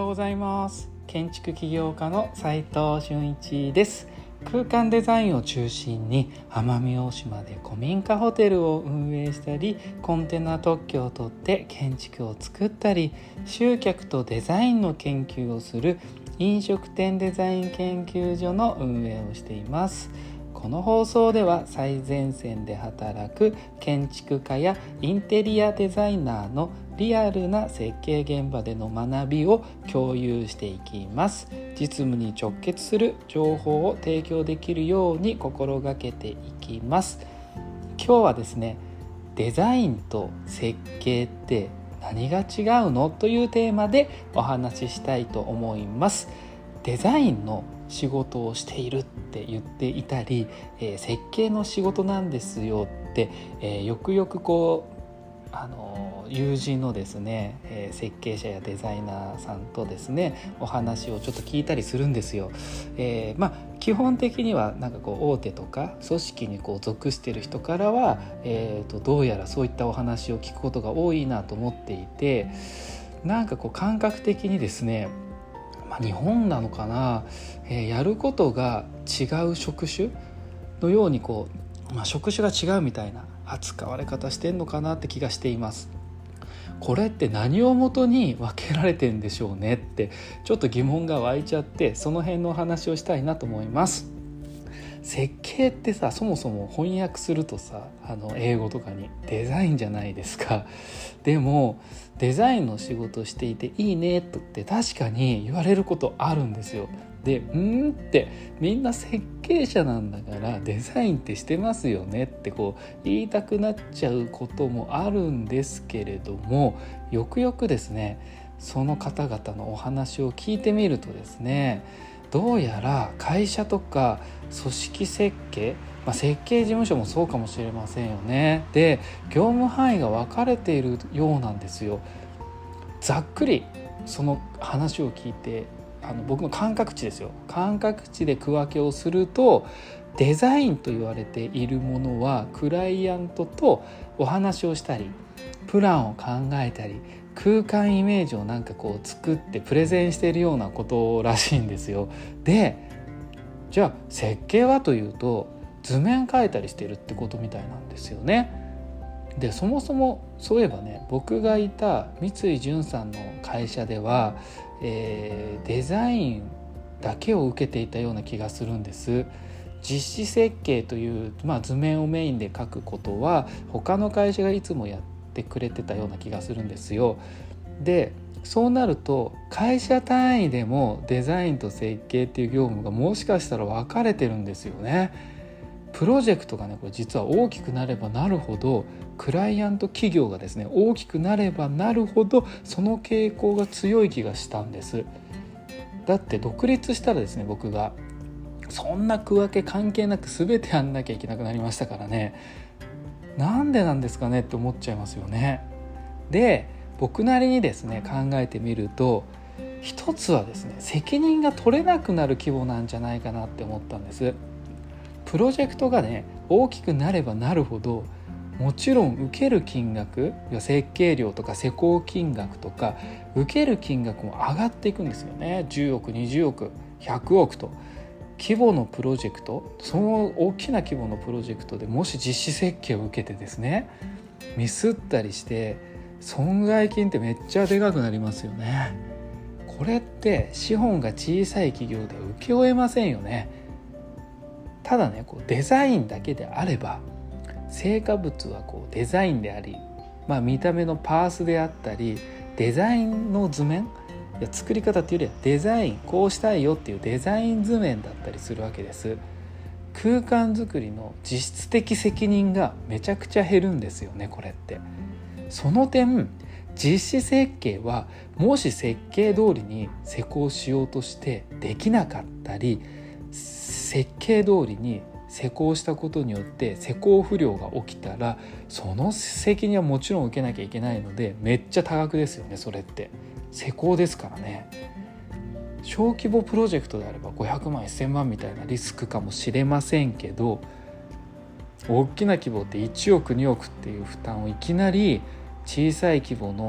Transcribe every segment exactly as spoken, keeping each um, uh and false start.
ございます。建築起業家の斉藤俊一です。空間デザインを中心に奄美大島で古民家ホテルを運営したり、コンテナ特許を取って建築を作ったり、集客とデザインの研究をする飲食店デザイン研究所の運営をしています。この放送では最前線で働く建築家やインテリアデザイナーのリアルな設計現場での学びを共有していきます。実務に直結する情報を提供できるように心がけていきます。今日はですね、デザインと設計って何が違うのというテーマでお話ししたいと思います。デザインの仕事をしているって言っていたり、えー、設計の仕事なんですよって、えー、よくよくこうあの友人のですね、えー、設計者やデザイナーさんとですねお話をちょっと聞いたりするんですよ。えー、まあ基本的にはなんかこう大手とか組織にこう属している人からは、えーと、どうやらそういったお話を聞くことが多いなと思っていて、なんかこう感覚的にですね、まあ、日本なのかな、えー、やることが違う職種のようにこう、まあ、職種が違うみたいな扱われ方してんのかなって気がしています。これって何をもとに分けられてんでしょうねってちょっと疑問が湧いちゃって、その辺のお話をしたいなと思います。設計ってさ、そもそも翻訳するとさ、あの英語とかにデザインじゃないですか。でもデザインの仕事していていいねとって確かに言われることあるんですよ。で、うんってみんな設計者なんだからデザインってしてますよねってこう言いたくなっちゃうこともあるんですけれども、よくよくですねその方々のお話を聞いてみるとですね、どうやら会社とか組織設計、まあ、設計事務所もそうかもしれませんよね。で、業務範囲が分かれているようなんですよ。ざっくりその話を聞いて、あの僕の感覚値ですよ、感覚値で区分けをすると、デザインと言われているものはクライアントとお話をしたり、プランを考えたり、空間イメージをなんかこう作ってプレゼンしているようなことらしいんですよ。で、じゃあ設計はというと図面描いたりしているってことみたいなんですよね。で、そもそもそういえばね、僕がいた三井淳さんの会社では、えー、デザインだけを受けていたような気がするんです。実施設計という、まあ、図面をメインで描くことは他の会社がいつもやってくれてたような気がするんですよ。で、そうなると会社単位でもデザインと設計っていう業務がもしかしたら分かれてるんですよね。プロジェクトがね、これ実は大きくなればなるほど、クライアント企業がですね大きくなればなるほどその傾向が強い気がしたんです。だって独立したらですね、僕がそんな区分け関係なく全てやんなきゃいけなくなりましたからね。なんでなんですかねって思っちゃいますよね。で、僕なりにですね考えてみると、一つはですね責任が取れなくなる規模なんじゃないかなって思ったんです。プロジェクトがね大きくなればなるほど、もちろん受ける金額、設計料とか施工金額とか受ける金額も上がっていくんですよね。じゅうおく、にじゅうおく、ひゃくおくと規模のプロジェクト、その大きな規模のプロジェクトでもし実施設計を受けてですねミスったりして損害金ってめっちゃでかくなりますよね。これって資本が小さい企業では請け負えませんよね。ただね、こうデザインだけであれば、成果物はこうデザインであり、まあ、見た目のパースであったり、デザインの図面、いや作り方っていうよりはデザイン、こうしたいよっていうデザイン図面だったりするわけです。空間づくりの実質的責任がめちゃくちゃ減るんですよね、これって。その点、実施設計はもし設計通りに施工しようとしてできなかったり、設計通りに施工したことによって施工不良が起きたら、その責任はもちろん受けなきゃいけないので、めっちゃ多額ですよね。それって施工ですからね。小規模プロジェクトであればごひゃくまん、せんまんみたいなリスクかもしれませんけど、大きな規模っていちおく、におくっていう負担をいきなり小さい規模の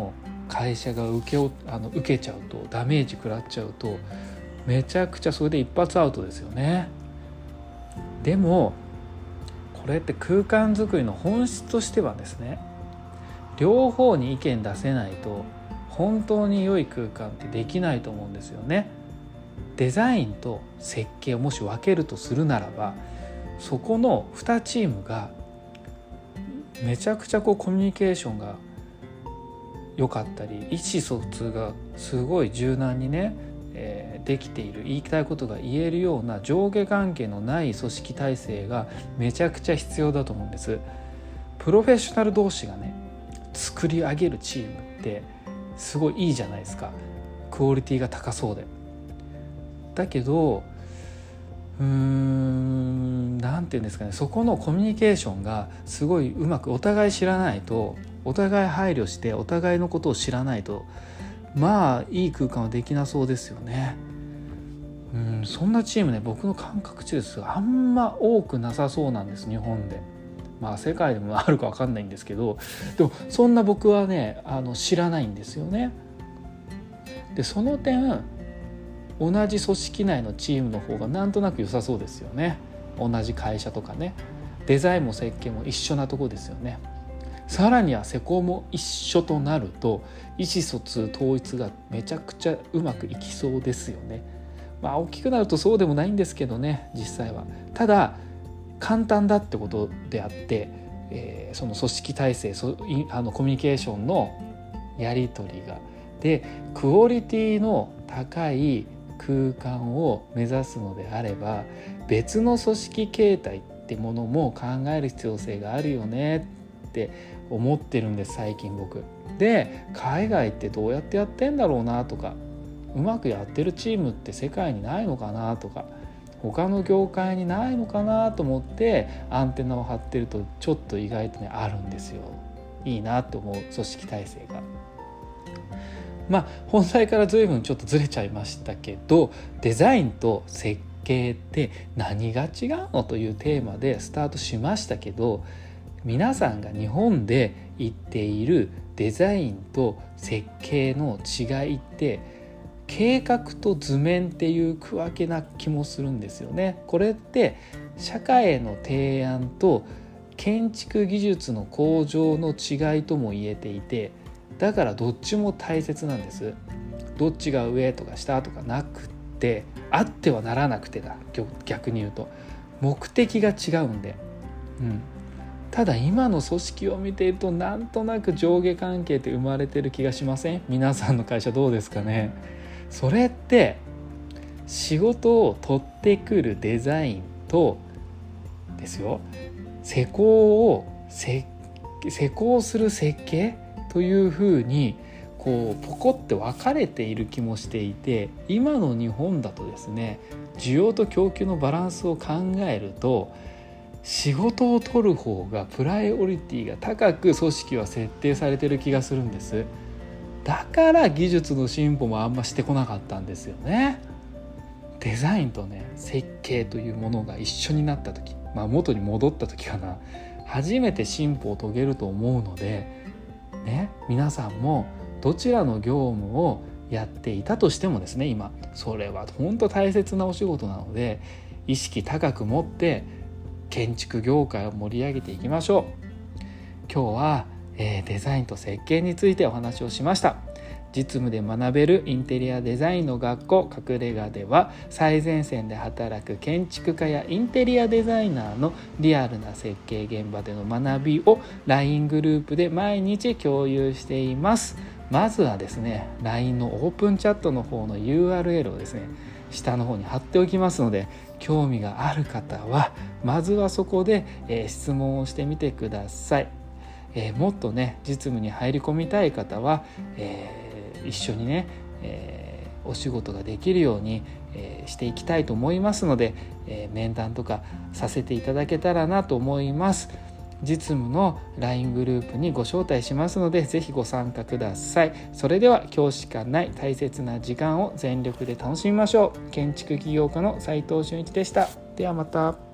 会社が受けをあの受けちゃうとダメージ食らっちゃうとめちゃくちゃそれで一発アウトですよね。でもこれって空間づくりの本質としてはですね、両方に意見出せないと本当に良い空間ってできないと思うんですよね。デザインと設計をもし分けるとするならば、そこのにチームがめちゃくちゃこうコミュニケーションが良かったり、意思疎通がすごい柔軟にね、えー、できている、言いたいことが言えるような上下関係のない組織体制がめちゃくちゃ必要だと思うんです。プロフェッショナル同士がね作り上げるチームってすごいいいじゃないですか。クオリティが高そうで。だけどうーんなんていうんですかね、そこのコミュニケーションがすごいうまくお互い知らないと、お互い配慮してお互いのことを知らないと、まあいい空間はできなそうですよね。うんそんなチームね、僕の感覚値ですがあんま多くなさそうなんです、日本で。まあ世界でもあるか分かんないんですけど、でもそんな僕はねあの知らないんですよね。でその点同じ組織内のチームの方がなんとなく良さそうですよね。同じ会社とかね、デザインも設計も一緒なとこですよね。さらには施工も一緒となると意思疎通統一がめちゃくちゃうまくいきそうですよね。まあ大きくなるとそうでもないんですけどね、実際は。ただ簡単だってことであって、えー、その組織体制そあのコミュニケーションのやり取りがでクオリティの高い空間を目指すのであれば、別の組織形態ってものも考える必要性があるよねって思ってるんです、最近僕。で海外ってどうやってやってんだろうなとか、うまくやってるチームって世界にないのかなとか、他の業界にないのかなと思ってアンテナを張ってるとちょっと意外とねあるんですよ。いいなって思う組織体制が。まあ本題から随分ちょっとずれちゃいましたけど、デザインと設計って何が違うのというテーマでスタートしましたけど、皆さんが日本で言っているデザインと設計の違いって計画と図面っていう区分けな気もするんですよね。これって社会への提案と建築技術の向上の違いとも言えていて、だからどっちも大切なんです。どっちが上とか下とかなくってあってはならなくてだ、逆に言うと目的が違うんで、うん、ただ今の組織を見ているとなんとなく上下関係って生まれてる気がしません？皆さんの会社どうですかね。それって仕事を取ってくるデザインとですよ、施工を施工する設計というふうにこうポコって分かれている気もしていて、今の日本だとですね、需要と供給のバランスを考えると仕事を取る方がプライオリティが高く組織は設定されている気がするんです。だから技術の進歩もあんましてこなかったんですよね。デザインとね設計というものが一緒になった時、まあ元に戻った時かな、初めて進歩を遂げると思うのでね、皆さんもどちらの業務をやっていたとしてもですね、今それは本当大切なお仕事なので意識高く持って建築業界を盛り上げていきましょう。今日は、えー、デザインと設計についてお話をしました。実務で学べるインテリアデザインの学校隠れ家では、最前線で働く建築家やインテリアデザイナーのリアルな設計現場での学びを ライン グループで毎日共有しています。まずはですね ライン のオープンチャットの方の ユーアールエル をですね下の方に貼っておきますので、興味がある方はまずはそこで、えー、質問をしてみてください。えー、もっとね実務に入り込みたい方は、えー一緒にね、えー、お仕事ができるように、えー、していきたいと思いますので、えー、面談とかさせていただけたらなと思います。実務の ライン グループにご招待しますので、ぜひご参加ください。それでは今日しかない大切な時間を全力で楽しみましょう。建築起業家の斉藤俊一でした。ではまた。